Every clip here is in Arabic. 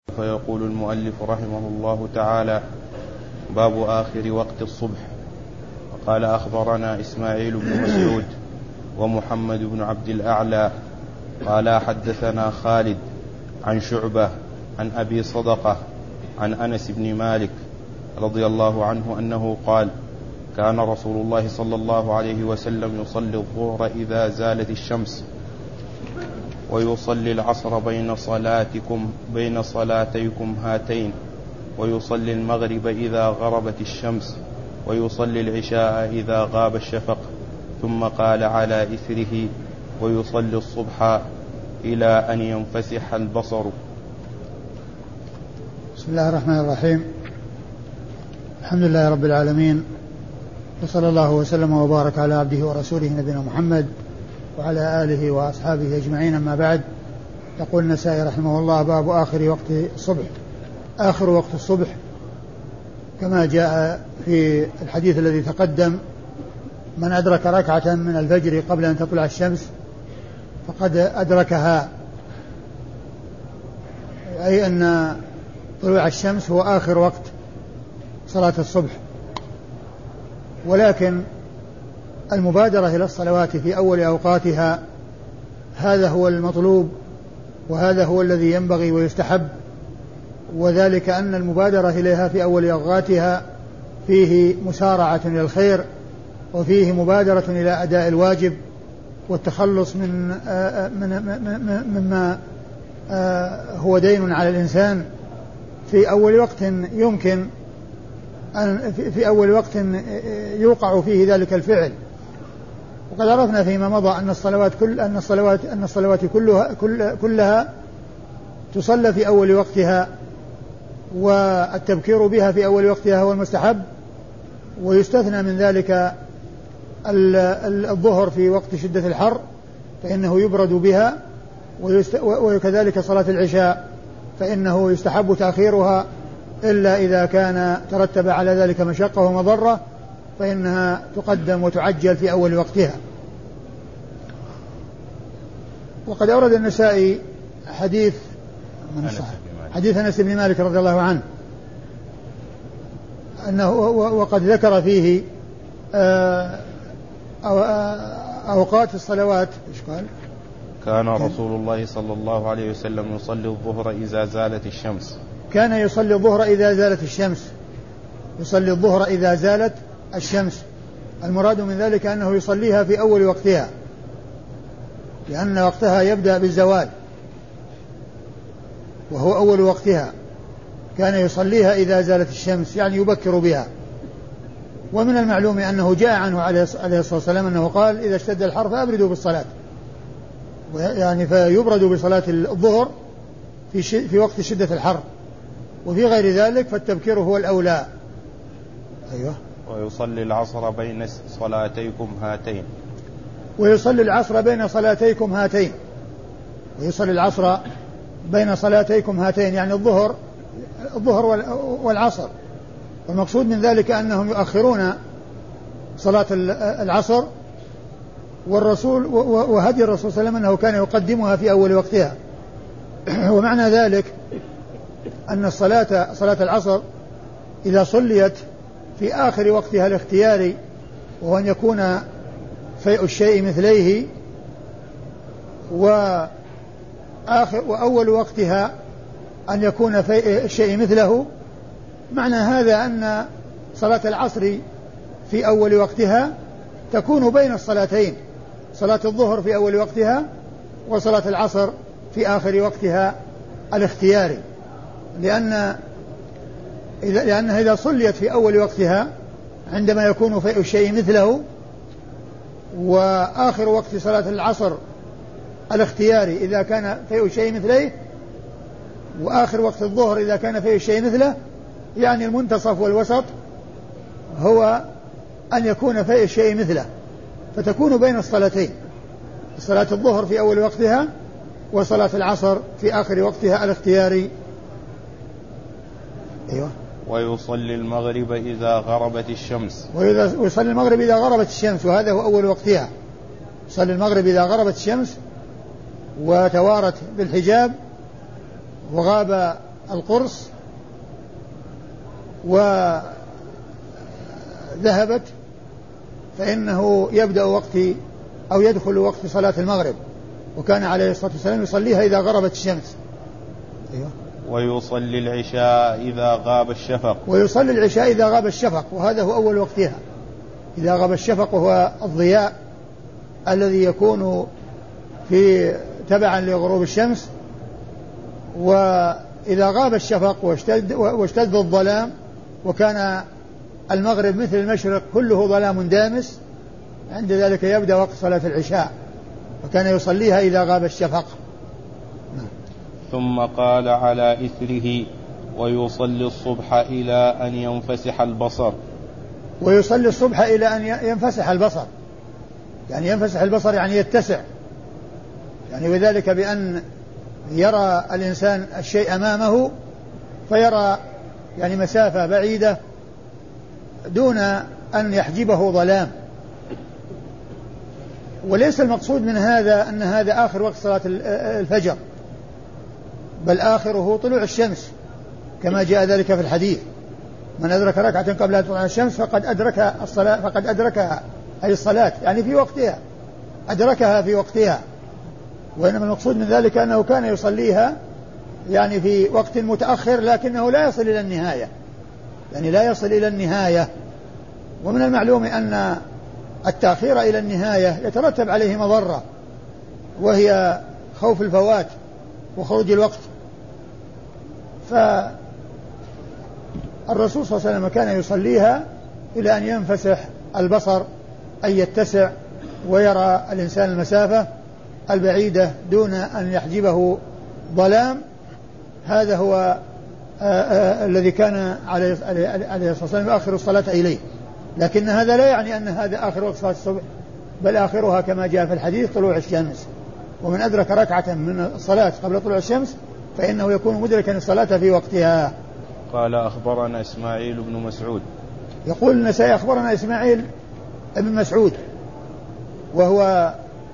فيقول المؤلف رحمه الله تعالى: باب آخر وقت الصبح. وقال: أخبرنا إسماعيل بن مسعود ومحمد بن عبد الأعلى قال: حدثنا خالد عن شعبة عن أبي صدقة عن أنس بن مالك رضي الله عنه أنه قال: كان رسول الله صلى الله عليه وسلم يصلي الظهر إذا زالت الشمس، ويصلي العصر بين صلاتيكم هاتين، ويصلي المغرب إذا غربت الشمس، ويصلي العشاء إذا غاب الشفق، ثم قال على إثره: ويصلي الصبح إلى أن ينفسح البصر. بسم الله الرحمن الرحيم. الحمد لله رب العالمين، وصلى الله وسلم وبارك على عبده ورسوله نبينا محمد وعلى آله وأصحابه أجمعين، أما بعد. يقول النسائي رحمه الله: باب آخر وقت الصبح. آخر وقت الصبح كما جاء في الحديث الذي تقدم: من أدرك ركعة من الفجر قبل أن تطلع الشمس فقد أدركها، أي أن طلوع الشمس هو آخر وقت صلاة الصبح. ولكن المبادرة إلى الصلوات في أول أوقاتها هذا هو المطلوب، وهذا هو الذي ينبغي ويستحب، وذلك أن المبادرة إليها في أول أوقاتها فيه مسارعة إلى الخير، وفيه مبادرة إلى أداء الواجب والتخلص مما هو دين على الإنسان في أول وقت يمكن أن في أول وقت يوقع فيه ذلك الفعل. وقد عرفنا فيما مضى أن الصلوات كلها تصلى في أول وقتها، والتبكير بها في أول وقتها هو المستحب، ويستثنى من ذلك الظهر في وقت شدة الحر فإنه يبرد بها، وكذلك صلاة العشاء فإنه يستحب تأخيرها إلا إذا كان ترتب على ذلك مشقة ومضرة فإنها تقدم وتعجل في أول وقتها. وقد أورد النسائي حديث أنس بن مالك رضي الله عنه أنه وقد ذكر فيه أوقات الصلوات. إيش قال؟ كان رسول الله صلى الله عليه وسلم يصلي الظهر إذا زالت الشمس. كان يصلي الظهر إذا زالت الشمس، يصلي الظهر إذا زالت الشمس. المراد من ذلك أنه يصليها في أول وقتها، لأن وقتها يبدأ بالزوال وهو أول وقتها. كان يصليها إذا زالت الشمس، يعني يبكر بها. ومن المعلوم أنه جاء عنه عليه الصلاة والسلام أنه قال: إذا اشتد الحر فأبردوا بالصلاة، يعني فيبرد بصلاة الظهر في وقت شدة الحر. وفي غير ذلك فالتبكير هو الأولى. أيوة. ويصلي العصر بين صلاتيكم هاتين. ويصلي العصر بين صلاتيكم هاتين. ويصلي العصر بين صلاتيكم هاتين، يعني الظهر والعصر. والمقصود من ذلك أنهم يؤخرون صلاة العصر، والرسول وهدي الرسول صلى الله عليه وسلم أنه كان يقدمها في أول وقتها. ومعنى ذلك أن صلاة العصر إذا صليت في آخر وقتها الاختياري، وهو أن يكون فيء الشيء مثليه، وأول وقتها أن يكون فيء الشيء مثله، معنى هذا أن صلاة العصر في أول وقتها تكون بين الصلاتين، صلاة الظهر في أول وقتها وصلاة العصر في آخر وقتها الاختياري، لأنها إذا صليت في أول وقتها عندما يكون فيء الشيء مثله، وآخر وقت صلاة العصر الاختياري إذا كان فيء الشيء مثله، وآخر وقت الظهر إذا كان فيء الشيء مثله، يعني المنتصف والوسط هو أن يكون فيء الشيء مثله، فتكون بين الصلاتين، صلاة الظهر في أول وقتها وصلاة العصر في آخر وقتها الاختياري. أيوة. ويصلي المغرب إذا غربت الشمس. ويصلي المغرب إذا غربت الشمس، وهذا هو أول وقتها. يصلي المغرب إذا غربت الشمس وتوارت بالحجاب وغاب القرص وذهبت فإنه يبدأ وقت أو يدخل وقت صلاة المغرب، وكان عليه الصلاة والسلام يصليها إذا غربت الشمس. أيوة. ويصلي العشاء إذا غاب الشفق. ويصلي العشاء إذا غاب الشفق، وهذا هو أول وقتها، إذا غاب الشفق وهو الضياء الذي يكون في تبعا لغروب الشمس. وإذا غاب الشفق واشتد الظلام وكان المغرب مثل المشرق كله ظلام دامس، عند ذلك يبدأ وقت صلاة العشاء، وكان يصليها إذا غاب الشفق. ثم قال على إثره: ويصلي الصبح إلى أن ينفسح البصر. ويصلي الصبح إلى أن ينفسح البصر، يعني ينفسح البصر يعني يتسع، يعني وذلك بأن يرى الإنسان الشيء أمامه فيرى يعني مسافة بعيدة دون أن يحجبه ظلام. وليس المقصود من هذا أن هذا آخر وقت صلاة الفجر، بل آخره طلوع الشمس كما جاء ذلك في الحديث: من أدرك ركعة قبل أن تطلع الشمس فقد أدرك الصلاة، فقد أدركها، أي الصلاة يعني في وقتها، أدركها في وقتها. وإنما المقصود من ذلك أنه كان يصليها يعني في وقت متأخر، لكنه لا يصل إلى النهاية، يعني لا يصل إلى النهاية. ومن المعلوم أن التأخير إلى النهاية يترتب عليه مضرة، وهي خوف الفوات وخروج الوقت. فالرسول صلى الله عليه وسلم كان يصليها إلى أن ينفسح البصر، أي يتسع ويرى الإنسان المسافة البعيدة دون أن يحجبه ظلام. هذا هو الذي كان عليه الصلاة والسلام آخر الصلاة إليه. لكن هذا لا يعني أن هذا آخر وقت صلاة الصبح، بل آخرها كما جاء في الحديث طلوع الشمس. ومن أدرك ركعة من الصلاة قبل طلوع الشمس فإنه يكون مدركا الصلاة في وقتها. قال: أخبرنا إسماعيل بن مسعود. يقول النسائي: أخبرنا إسماعيل بن مسعود، وهو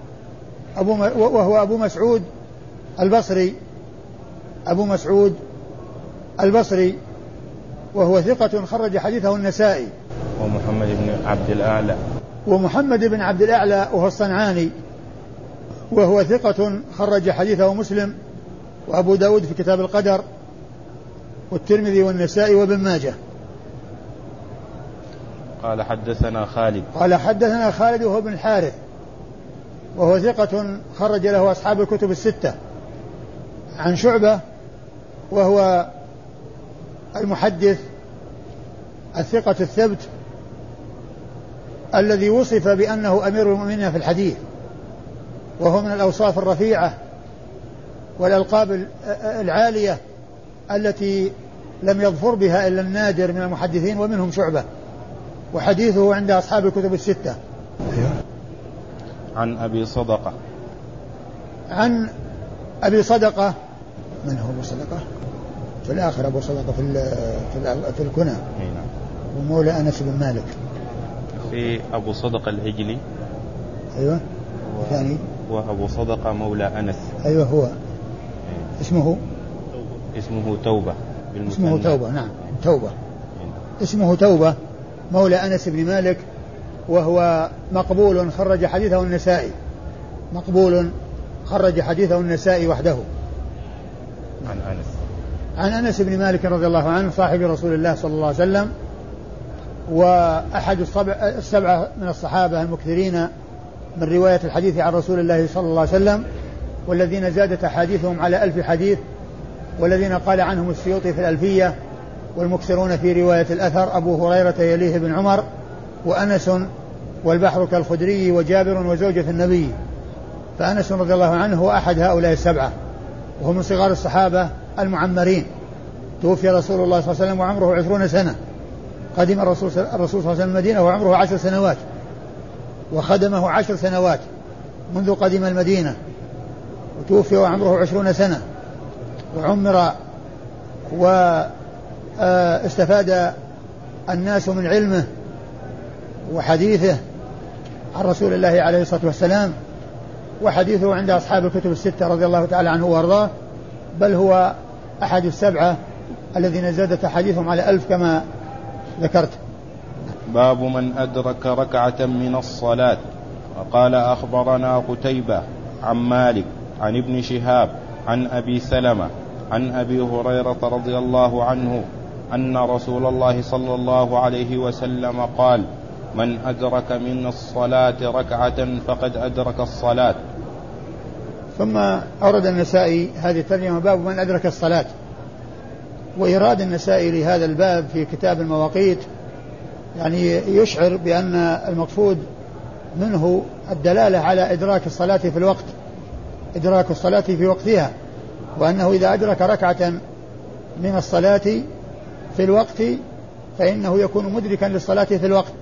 أبو مسعود البصري، أبو مسعود البصري، وهو ثقة خرج حديثه النسائي. ومحمد بن عبد الأعلى. ومحمد بن عبد الأعلى وهو الصنعاني، وهو ثقة خرج حديثه مسلم وأبو داود في كتاب القدر والترمذي والنسائي وابن ماجه. قال: حدثنا خالد. قال: حدثنا خالد وهو ابن الحارث، وهو ثقة خرج له أصحاب الكتب الستة. عن شعبة وهو المحدث الثقة الثبت الذي وصف بأنه أمير المؤمنين في الحديث، وهو من الأوصاف الرفيعة والألقاب العالية التي لم يظفر بها إلا النادر من المحدثين، ومنهم شعبة، وحديثه عند أصحاب الكتب الستة. عن أبي صدقة. عن أبي صدقة. من هو أبو صدقة؟ في الآخر أبو صدقة في الكنى، ومولى أنس بن مالك. في أبو صدقة العجلي. أيوة. ثاني وأبو صدقة مولى أنس. أيوة هو. اسمه توبة. اسمه توبة. نعم توبة. اسمه توبة مولى أنس بن مالك، وهو مقبول خرج حديثه النسائي، مقبول خرج حديثه النسائي وحده. عن أنس بن مالك رضي الله عنه صاحب رسول الله صلى الله عليه وسلم، وأحد السبعة من الصحابة المكثرين من رواية الحديث عن رسول الله صلى الله عليه وسلم، والذين زادت أحاديثهم على 1000 حديث، والذين قال عنهم السيوطي في الألفية. والمكثرون في رواية الأثر: أبو هريرة يليه بن عمر، وأنس، والبحر كالخدري، وجابر، وزوجة النبي. فأنس رضي الله عنه هو أحد هؤلاء السبعة، وهو من صغار الصحابة المعمرين. توفي رسول الله صلى الله عليه وسلم وعمره 20 سنة. قدم الرسول صلى الله عليه وسلم المدينة وعمره 10 سنوات، وخدمه 10 سنوات منذ قدم المدينة، وتوفي وعمره 20 سنة، وعمر واستفاد الناس من علمه وحديثه عن رسول الله عليه الصلاة والسلام. وحديثه عند أصحاب الكتب الستة رضي الله تعالى عنه وارضاه، بل هو أحد السبعة الذين زادت أحاديثهم على 1000 كما ذكرت. باب من أدرك ركعة من الصلاة. وقال أخبرنا قتيبة عن مالك عن ابن شهاب عن أبي سلمة عن أبي هريرة رضي الله عنه أن رسول الله صلى الله عليه وسلم قال: من أدرك من الصلاة ركعة فقد أدرك الصلاة. ثم أورد النسائي هذه الترجمة باب من أدرك الصلاة. وإيراد النسائي لهذا الباب في كتاب المواقيت يعني يشعر بأن المقصود منه الدلالة على إدراك الصلاة في الوقت، إدراك الصلاة في وقتها، وأنه إذا أدرك ركعة من الصلاة في الوقت فإنه يكون مدركا للصلاة في الوقت.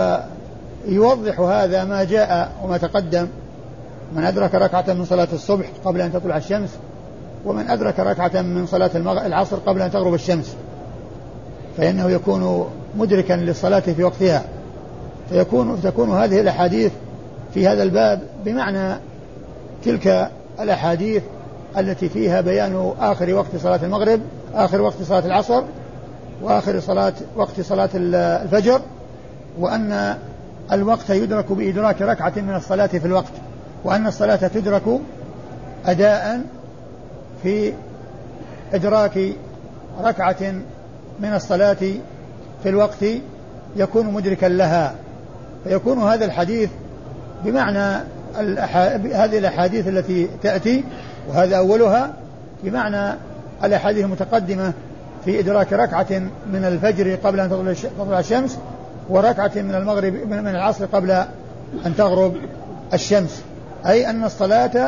ويوضح هذا ما جاء وما تقدم: من أدرك ركعة من صلاة الصبح قبل أن تطلع الشمس، ومن أدرك ركعة من صلاة العصر قبل أن تغرب الشمس، فإنه يكون مدركا للصلاة في وقتها. فتكون هذه الأحاديث في هذا الباب بمعنى تلك الأحاديث التي فيها بيان آخر وقت صلاة المغرب، آخر وقت صلاة العصر، وآخر وقت صلاة الفجر، وأن الوقت يدرك بإدراك ركعة من الصلاة في الوقت، وأن الصلاة تدرك أداء في إدراك ركعة من الصلاة في الوقت يكون مدركا لها. فيكون هذا الحديث بمعنى هذه الأحاديث التي تأتي، وهذا أولها، بمعنى الأحاديث المتقدمة في إدراك ركعة من الفجر قبل أن تطلع الشمس، وركعة من المغرب من العصر قبل أن تغرب الشمس. أي أن الصلاة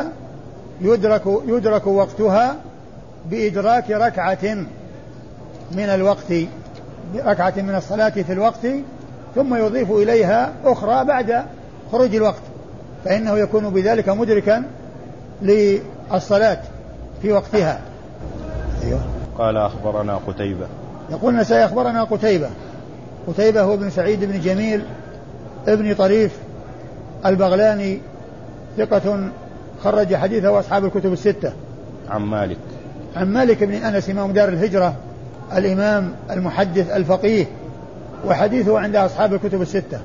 يدرك وقتها بإدراك ركعة من الوقت، ركعة من الصلاة في الوقت، ثم يضيف إليها أخرى بعد خروج الوقت، فإنه يكون بذلك مدركا للصلاة في وقتها. أيوه. قال أخبرنا قتيبة. يقول النسائي أخبرنا قتيبة هو بن سعيد بن جميل ابن طريف البغلاني، ثقة خرج حديثه أصحاب الكتب الستة. عن مالك بن أنس إمام دار الهجرة الإمام المحدث الفقيه، وحديثه عند أصحاب الكتب الستة.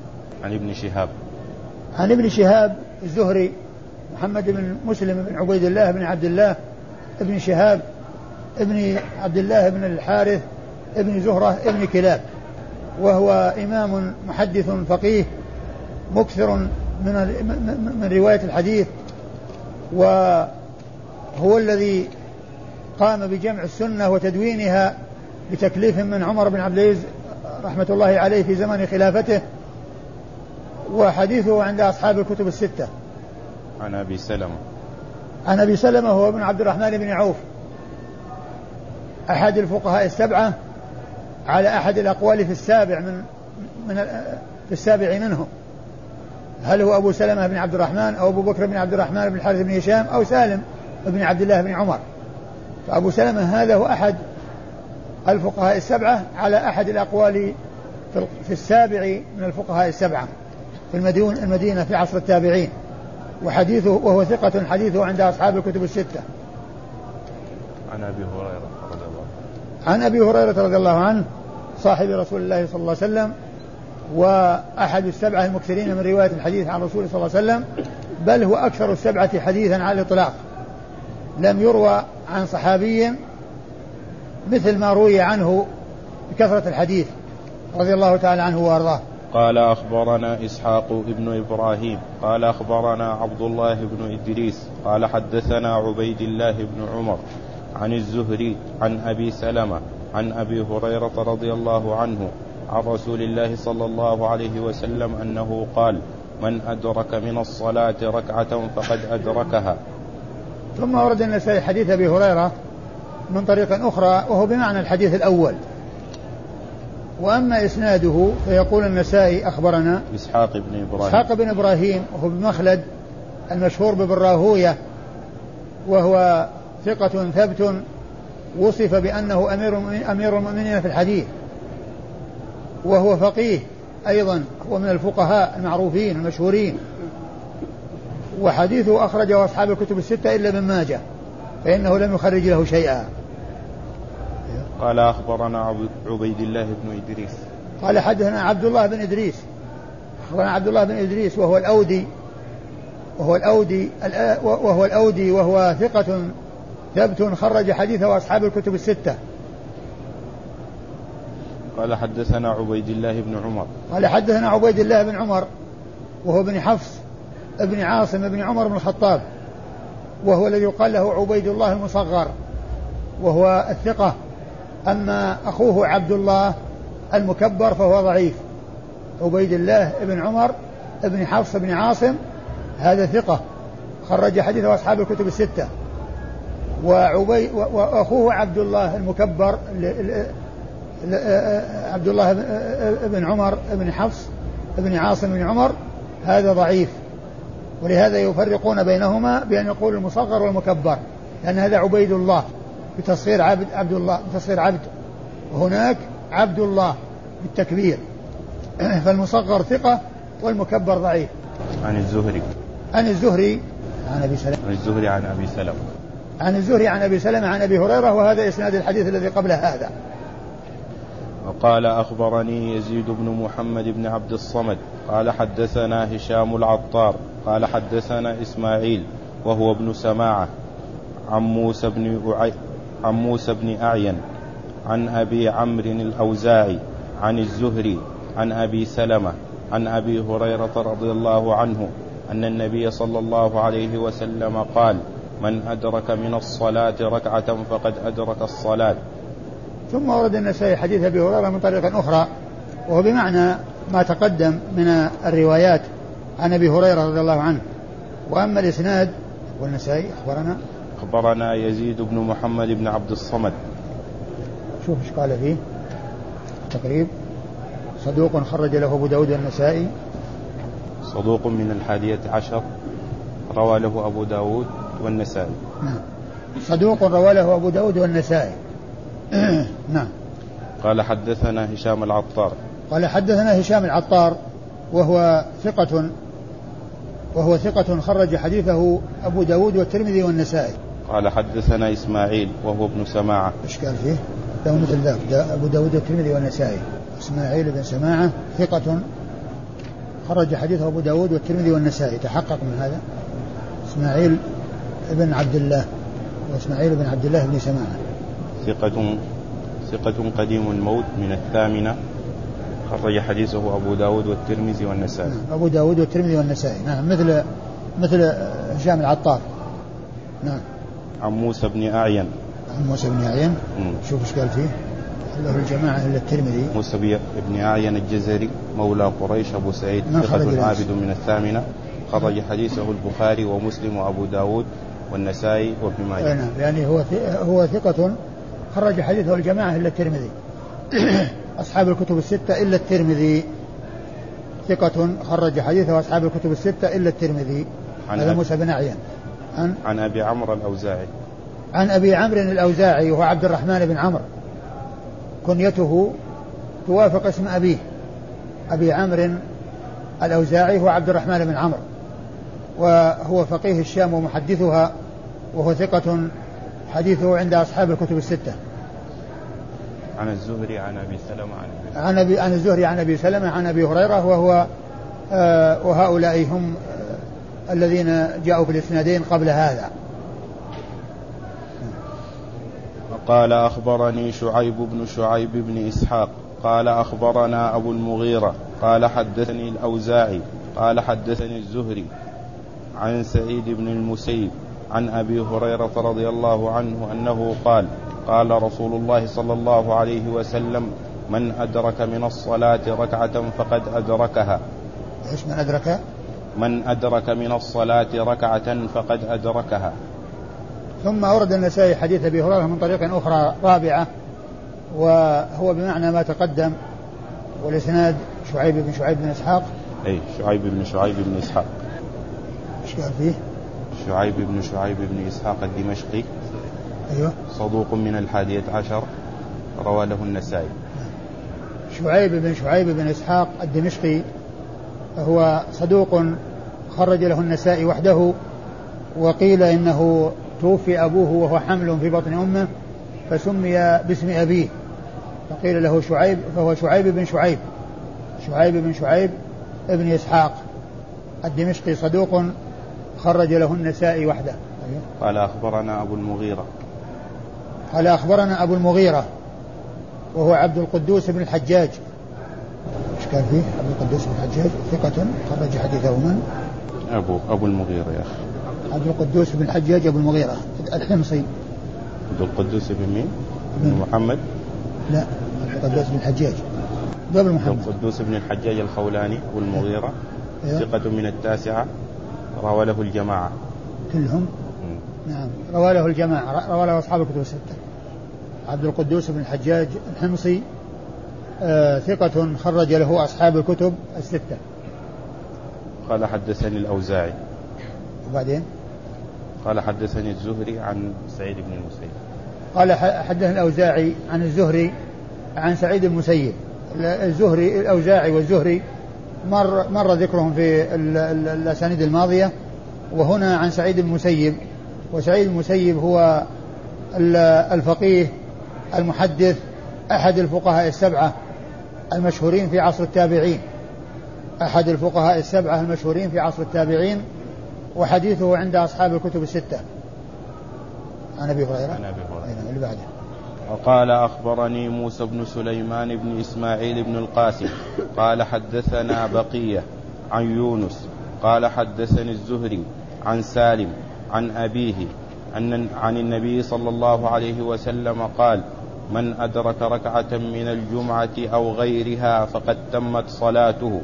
عن ابن شهاب الزهري محمد بن مسلم بن عبيد الله بن عبد الله ابن شهاب ابن عبد الله بن الحارث ابن زهرة ابن كلاب، وهو إمام محدث فقيه مكثر من رواية الحديث، وهو الذي قام بجمع السنة وتدوينها بتكليف من عمر بن عبد العزيز رحمة الله عليه في زمن خلافته، وحديثه عند أصحاب الكتب الستة. عن أبي سلمة هو ابن عبد الرحمن بن عوف أحد الفقهاء السبعة على أحد الأقوال في السابع منهم، هل هو أبو سلمة بن عبد الرحمن أو أبو بكر بن عبد الرحمن بن الحارث بن هشام أو سالم بن عبد الله بن عمر. فأبو سلمة هذا هو أحد الفقهاء السبعة على أحد الأقوال في السابع من الفقهاء السبعة في المدينة في عصر التابعين، وحديثه وهو ثقة حديثه عند أصحاب الكتب الستة. عن أبي هريرة رضي الله عنه صاحب رسول الله صلى الله عليه وسلم، وأحد السبعة المكثرين من رواية الحديث عن رسول صلى الله عليه وسلم، بل هو أكثر السبعة حديثا على الإطلاق، لم يروى عن صحابي مثل ما روي عنه بكثرة الحديث رضي الله تعالى عنه وارضاه. قال أخبرنا إسحاق ابن إبراهيم قال أخبرنا عبد الله بن إدريس قال حدثنا عبيد الله بن عمر عن الزهري عن أبي سلمة عن أبي هريرة رضي الله عنه عن رسول الله صلى الله عليه وسلم أنه قال: من أدرك من الصلاة ركعة فقد أدركها. ثم ورد النسائي حديث أبي هريرة من طريق أخرى وهو بمعنى الحديث الأول. وأما إسناده فيقول النسائي أخبرنا إسحاق بن إبراهيم وهو بمخلد المشهور بابن راهوية، وهو ثقة ثبت وصف بأنه أمير المؤمنين في الحديث، وهو فقيه أيضا، هو من الفقهاء المعروفين المشهورين، وحديثه أخرجه أصحاب الكتب الستة إلا ابن ماجه، فإنه لم يخرج له شيئا. قال أخبرنا عبيد الله بن إدريس قال حدثنا عبد الله بن إدريس أخبرنا عبد الله بن إدريس وهو الأودي وهو ثقة ثبت خرج حديثه أصحاب الكتب الستة. قال حدثنا عبيد الله بن عمر قال حدثنا عبيد الله بن عمر وهو ابن حفص ابن عاصم ابن عمر بن الخطاب وهو الذي يقال له عبيد الله المصغر وهو الثقة. أما أخوه عبد الله المكبر فهو ضعيف. عبيد الله ابن عمر ابن حفص ابن عاصم هذا ثقة خرج حديثه أصحاب الكتب الستة. وأخوه عبد الله المكبر عبد الله بن عمر بن حفص بن عاصم بن عمر هذا ضعيف. ولهذا يفرقون بينهما بأن يقول المصغر والمكبر لأن هذا عبيد الله بتصغير عبد الله بتصغير عبد وهناك عبد الله بالتكبير. فالمصغر ثقة والمكبر ضعيف. عن الزهري عن الزهري عن أبي سلمة عن الزهري عن أبي سلمة عن أبي هريرة وهذا إسناد الحديث الذي قبل هذا. وقال أخبرني يزيد بن محمد بن عبد الصمد قال حدثنا هشام العطار قال حدثنا إسماعيل وهو ابن سماعة عن موسى بن أعين عن أبي عمرو الأوزاعي عن الزهري عن أبي سلمة عن أبي هريرة رضي الله عنه أن النبي صلى الله عليه وسلم قال من أدرك من الصلاة ركعة فقد أدرك الصلاة. ثم ورد النسائي حديث أبي هريرة من طريق أخرى وهو بمعنى ما تقدم من الروايات عن أبي هريرة رضي الله عنه. وأما الإسناد والنسائي أخبرنا يزيد بن محمد بن عبد الصمد. شوف ايش قال فيه تقريب صدوق خرج له أبو داود والنسائي. صدوق من 11 روى له أبو داود والنسائي. نعم صدوق روى له أبو داود والنسائي. نعم. قال حدثنا هشام العطار قال حدثنا هشام العطار وهو ثقة خرج حديثه أبو داود والترمذي والنسائي. قال حدثنا إسماعيل وهو ابن سماعة. إيش قال فيه؟ له مثل ذاك أبو داود والترمذي والنسائي. إسماعيل بن سماعة ثقة خرج حديثه أبو داود والترمذي والنسائي. تحقق من هذا إسماعيل بن عبد الله وإسماعيل بن عبد الله بن سماعة ثقة قديم الموت من 8 خرج حديثه أبو داود والترمذي والنسائي. نعم أبو داود والترمذي والنسائي. نعم مثل هشام العطار. نعم. عن موسى بن أعين. شوف ايش قال فيه له الجماعة إلا الترمذي. موسى بن أعين الجزري مولى قريش أبو سعيد ثقة عابد من 8 خرج حديثه البخاري ومسلم وأبو داود والنسائي وابن ماجه. نعم يعني هو ثقة خرج حديثه الجماعة إلا الترمذي. أصحاب الكتب الستة إلا الترمذي. ثقة خرج حديثه أصحاب الكتب الستة إلا الترمذي. هذا موسى بن أعين. عن أبي عمرو الأوزاعي. عن أبي عمرو الأوزاعي وهو عبد الرحمن بن عمرو كنيته توافق اسم أبيه. أبي عمرو الأوزاعي هو عبد الرحمن بن عمرو وهو فقيه الشام ومحدثها وهو ثقة حديثه عند أصحاب الكتب الستة. عن الزهري عن أبي سلمة عن الزهري عن أبي سلمة عن أبي هريرة وهؤلاء هم الذين جاءوا في الإسنادين قبل هذا. قال أخبرني شعيب بن إسحاق قال أخبرنا أبو المغيرة قال حدثني الأوزاعي قال حدثني الزهري عن سعيد بن المسيب عن أبي هريرة رضي الله عنه أنه قال رسول الله صلى الله عليه وسلم من أدرك من الصلاة ركعة فقد أدركها. إيش من أدرك؟ من أدرك من الصلاة ركعة فقد أدركها. ثم أورد النسائي حديث أبي هريرة من طريق أخرى رابعة وهو بمعنى ما تقدم والإسناد شعيب بن إسحاق. أي شعيب بن إسحاق. إيش قال فيه؟ شعيب بن إسحاق الدمشقي. أيوه. صدوق من 11 روى له النسائي. شعيب بن إسحاق الدمشقي هو صدوق خرج له النسائي وحده وقيل إنه توفي أبوه وهو حمل في بطن أمه فسمي باسم أبيه فقيل له شعيب، فهو شعيب بن شعيب، شعيب بن شعيب ابن إسحاق الدمشقي صدوق خرج له النسائي وحده. قال أخبرنا أبو المغيرة، قال أخبرنا أبو المغيرة وهو عبد القدوس بن الحجاج. ايش كان فيه؟ عبد القدوس بن الحجاج ثقة خرج حديثه من؟ أبو المغيرة يا أخي، عبد القدوس بن الحجاج أبو المغيرة الحمصي. عبد القدوس بن مين؟ بن محمد؟ لا، عبد القدوس بن الحجاج قبل محمد. عبد القدوس بن الحجاج الخولاني والمغيرة ثقة من التاسعة، روى له الجماعة كلهم. نعم، روى له الجماعة، روى له أصحاب الكتب الستة. عبد القدوس بن الحجاج الحمصي ثقة خرج له أصحاب الكتب الستة. قال حدثني الأوزاعي. وبعدين قال حدثني الزهري عن سعيد بن المسيب. قال حدثني الأوزاعي عن الزهري عن سعيد المسيب. الزهري الأوزاعي والزهري مر ذكرهم في الأسانيد الماضية، وهنا عن سعيد المسيب. وسعيد المسيب هو الفقيه المحدث أحد الفقهاء السبعة المشهورين في عصر التابعين، أحد الفقهاء السبعة المشهورين في عصر التابعين، وحديثه عند أصحاب الكتب الستة. عن أبي هريرة. اللي بعده. وقال أخبرني موسى بن سليمان بن إسماعيل بن القاسم قال حدثنا بقية عن يونس قال حدثني الزهري عن سالم عن أبيه عن النبي صلى الله عليه وسلم قال: من أدرك ركعة من الجمعة أو غيرها فقد تمت صلاته.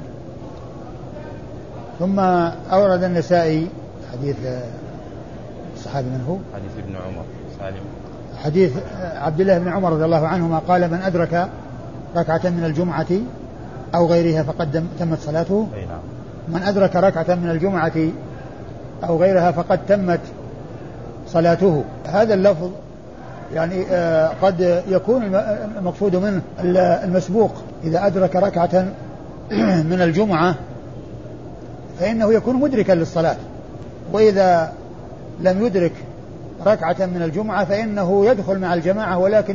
ثم أورد النسائي حديث الصحابي من هو؟ حديث ابن عمر سالم، حديث عبد الله بن عمر رضي الله عنهما قال: من أدرك ركعة من الجمعة أو غيرها فقد تمت صلاته. من أدرك ركعة من الجمعة أو غيرها فقد تمت صلاته. هذا اللفظ يعني قد يكون المقصود منه المسبوق، إذا أدرك ركعة من الجمعة فإنه يكون مدركا للصلاة، وإذا لم يدرك ركعة من الجمعة فإنه يدخل مع الجماعة ولكن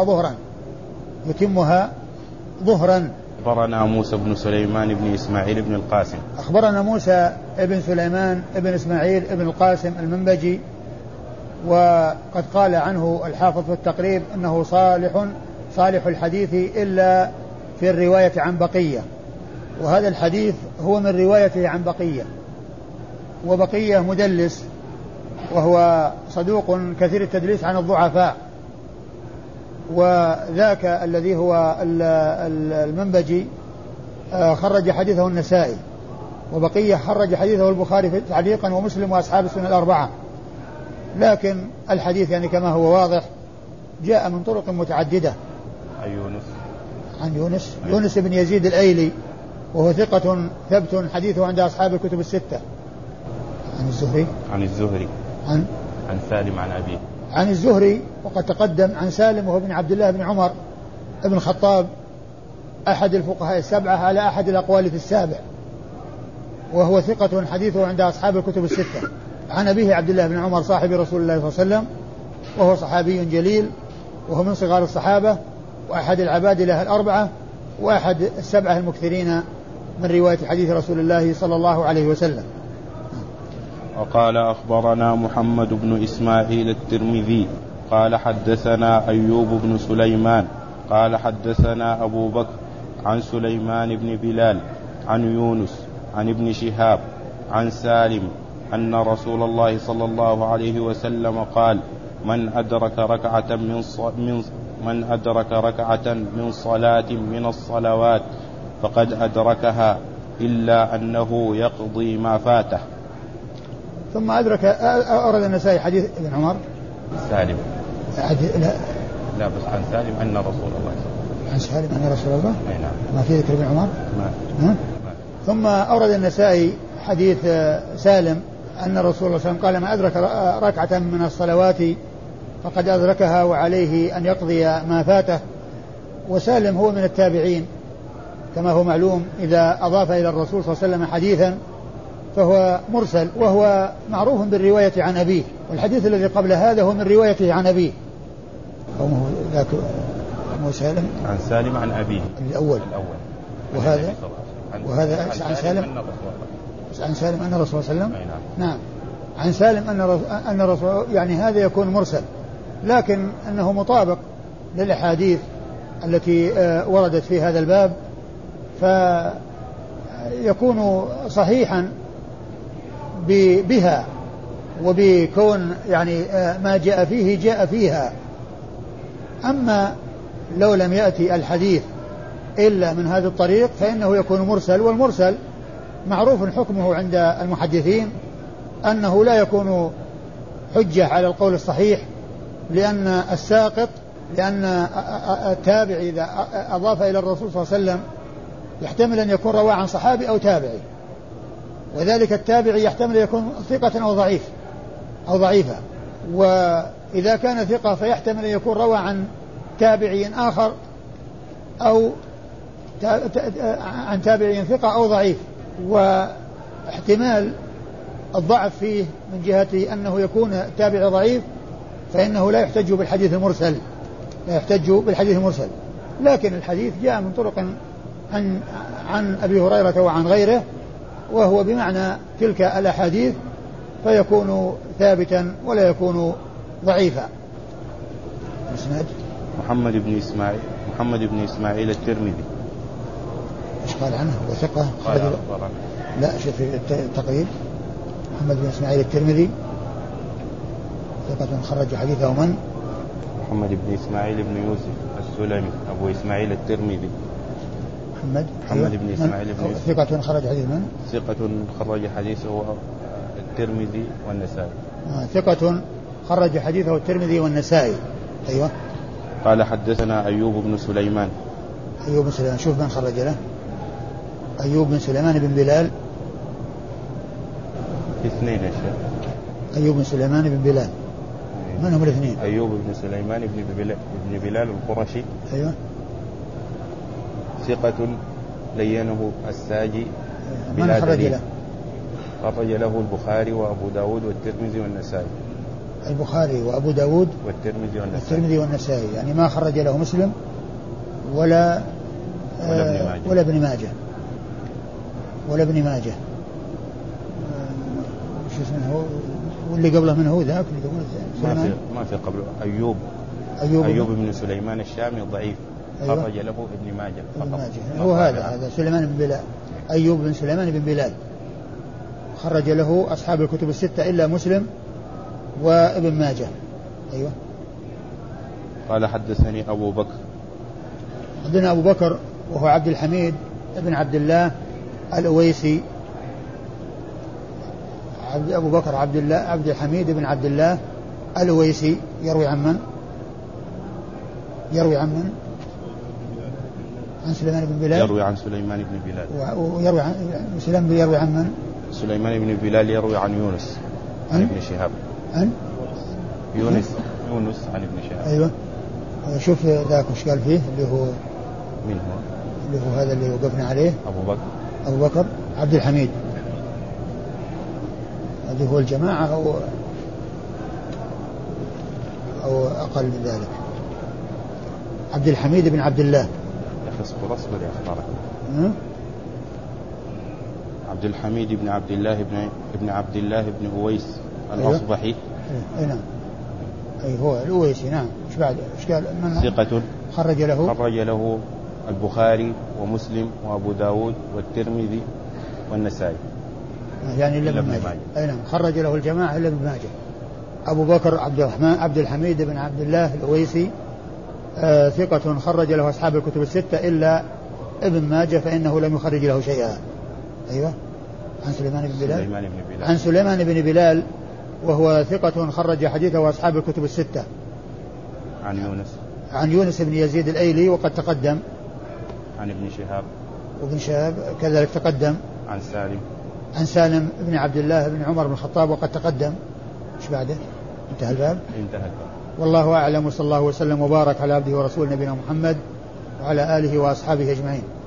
يتمها ظهرا. أخبرنا موسى بن سليمان بن إسماعيل بن القاسم. أخبرنا موسى بن سليمان بن إسماعيل بن القاسم المنبجي، وقد قال عنه الحافظ في التقريب أنه صالح الحديث إلا في الرواية عن بقية، وهذا الحديث هو من روايته عن بقية، وبقية مدلس وهو صدوق كثير التدليس عن الضعفاء، وذاك الذي هو المنبجي خرج حديثه النسائي، وبقية خرج حديثه البخاري تعليقا ومسلم وأصحاب السنن الأربعة، لكن الحديث يعني كما هو واضح جاء من طرق متعددة. عن يونس بن يزيد الأيلي وهو ثقة ثبت حديثه عند أصحاب الكتب الستة. عن الزهري عن سالم عن أبيه. عن الزهري وقد تقدم عن سالم وهو ابن عبد الله بن عمر ابن الخطاب أحد الفقهاء السبعة على أحد الأقوال في السابع، وهو ثقة حديثه عند أصحاب الكتب الستة. عن أبيه عبد الله بن عمر صاحب رسول الله صلى الله عليه وسلم، وهو صحابي جليل، وهو من صغار الصحابة وأحد العباد له الأربعة، وأحد السبعة المكثرين من رواية حديث رسول الله صلى الله عليه وسلم. وقال أخبرنا محمد بن إسماعيل الترمذي قال حدثنا أيوب بن سليمان قال حدثنا أبو بكر عن سليمان بن بلال عن يونس عن ابن شهاب عن سالم أن رسول الله صلى الله عليه وسلم قال: من أدرك ركعة من صلاة من الصلوات فقد أدركها إلا أنه يقضي ما فاته. ثم أورد النسائي حديث ابن عمر سالم لا بس عن سالم أن رسول الله عن سالم أن رسول الله نعم. ما في ذكر ابن عمر ثم أورد النسائي حديث سالم أن رسول الله صلى الله عليه وسلم قال: ما أدرك ركعة من الصلوات فقد أدركها وعليه أن يقضي ما فاته. وسالم هو من التابعين كما هو معلوم، إذا أضاف إلى الرسول صلى الله عليه وسلم حديثا فهو مرسل، وهو معروف بالرواية عن أبيه، والحديث الذي قبل هذا هو من روايته عن أبيه. قومه ذاك مو سالم عن سالم عن أبيه الأول وهذا عن سالم عن سالم أن الرسول صلى الله عليه وسلم نعم عن سالم أن الرسول يعني هذا يكون مرسل لكن أنه مطابق للأحاديث التي وردت في هذا الباب فيكون صحيحا بها وبكون يعني ما جاء فيه جاء فيها. أما لو لم يأتي الحديث إلا من هذا الطريق فإنه يكون مرسل، والمرسل معروف حكمه عند المحدثين أنه لا يكون حجة على القول الصحيح، لأن التابع إذا أضاف إلى الرسول صلى الله عليه وسلم يحتمل أن يكون رواه عن صحابي أو تابعي، وذلك التابعي يحتمل يكون ثقة أو ضعيف أو ضعيفة، وإذا كان ثقة فيحتمل أن يكون روى عن تابعي آخر أو عن تابعي ثقة أو ضعيف، واحتمال الضعف فيه من جهة أنه يكون تابع ضعيف فإنه لا يحتج بالحديث المرسل، لكن الحديث جاء من طرق عن أبي هريرة وعن غيره وهو بمعنى تلك الأحاديث فيكون ثابتا ولا يكون ضعيفا. محمد بن إسماعيل الترمذي ايش قال عنه؟ وثقة لا شوف في التقريب محمد بن إسماعيل الترمذي ثقة خرج حديثه من؟ محمد بن إسماعيل بن يوسف السلمي أبو إسماعيل الترمذي. محمد بن إسماعيل بن يوسف ثقة خرج حديث من؟ ثقة خرج حديثه الترمذي والنسائي. ثقة خرج حديثه الترمذي والنسائي. أيوة. قال حدثنا أيوب بن سليمان. شوف من خرج له. أيوب بن سليمان بن بلال. اثنين يا شيخ. أيوب بن سليمان بن بلال. من هم الاثنين؟ أيوب بن سليمان بن بلال القرشي. أيوة. ثقة لينه الساجي. من خرج له؟ خرج له البخاري وأبو داود والترمذي والنسائي. البخاري وأبو داود والترمذي والنسائي، يعني ما خرج له مسلم ولا ابن ماجه. شو اسمه واللي قبله من هو ذاك ما في قبله أيوب بن سليمان الشامي ضعيف. أيوة. خرج له ابن ماجه. هو هذا سليمان بن بلال. أيوب بن سليمان بن بلال خرج له أصحاب الكتب الستة إلا مسلم وابن ماجه. أيوة. قال حدثني أبو بكر. عندنا أبو بكر وهو عبد الحميد ابن عبد الله الأويسي. أبو بكر عبد الحميد بن عبد الله الأويسي يروي عن من؟ عن سليمان بن بلال. يروي عن سليمان بن بلال. ويروي عن سليمان يروي عن من؟ سليمان بن بلال يروي عن يونس عن ابن شهاب. يونس عن ابن شهاب. أيوة. شوف ذاك وش قال فيه اللي هو من هو؟ اللي هو هذا اللي وقفنا عليه. أبو بكر عبد الحميد. هذه هو الجماعة أو أقل من ذلك. عبد الحميد بن عبد الله. اصبر يا أخبارك. عبد الحميد بن عبد الله بن أويس الأصبحي. أي نعم. أي هو الأويسي. نعم. إيش بعد؟ إيش قال؟ ثقة خرج له البخاري ومسلم وأبو داود والترمذي والنسائي. يعني إلا ابن ماجه. أي نعم. خرج له الجماعة إلا ابن ماجه. أبو بكر عبد الحميد بن عبد الله الأويسي ثقة خرج له أصحاب الكتب الستة إلا ابن ماجه فإنه لم يخرج له شيئا. أيوة. عن سليمان بن بلال وهو ثقة خرج حديثه أصحاب الكتب الستة. عن يونس بن يزيد الأيلي وقد تقدم. عن ابن شهاب كذلك تقدم. عن سالم بن عبد الله بن عمر بن الخطاب وقد تقدم. ايش بعده؟ انتهى الباب. والله أعلم، وصلى الله وسلم وبارك على عبده ورسوله نبينا محمد وعلى آله وأصحابه أجمعين.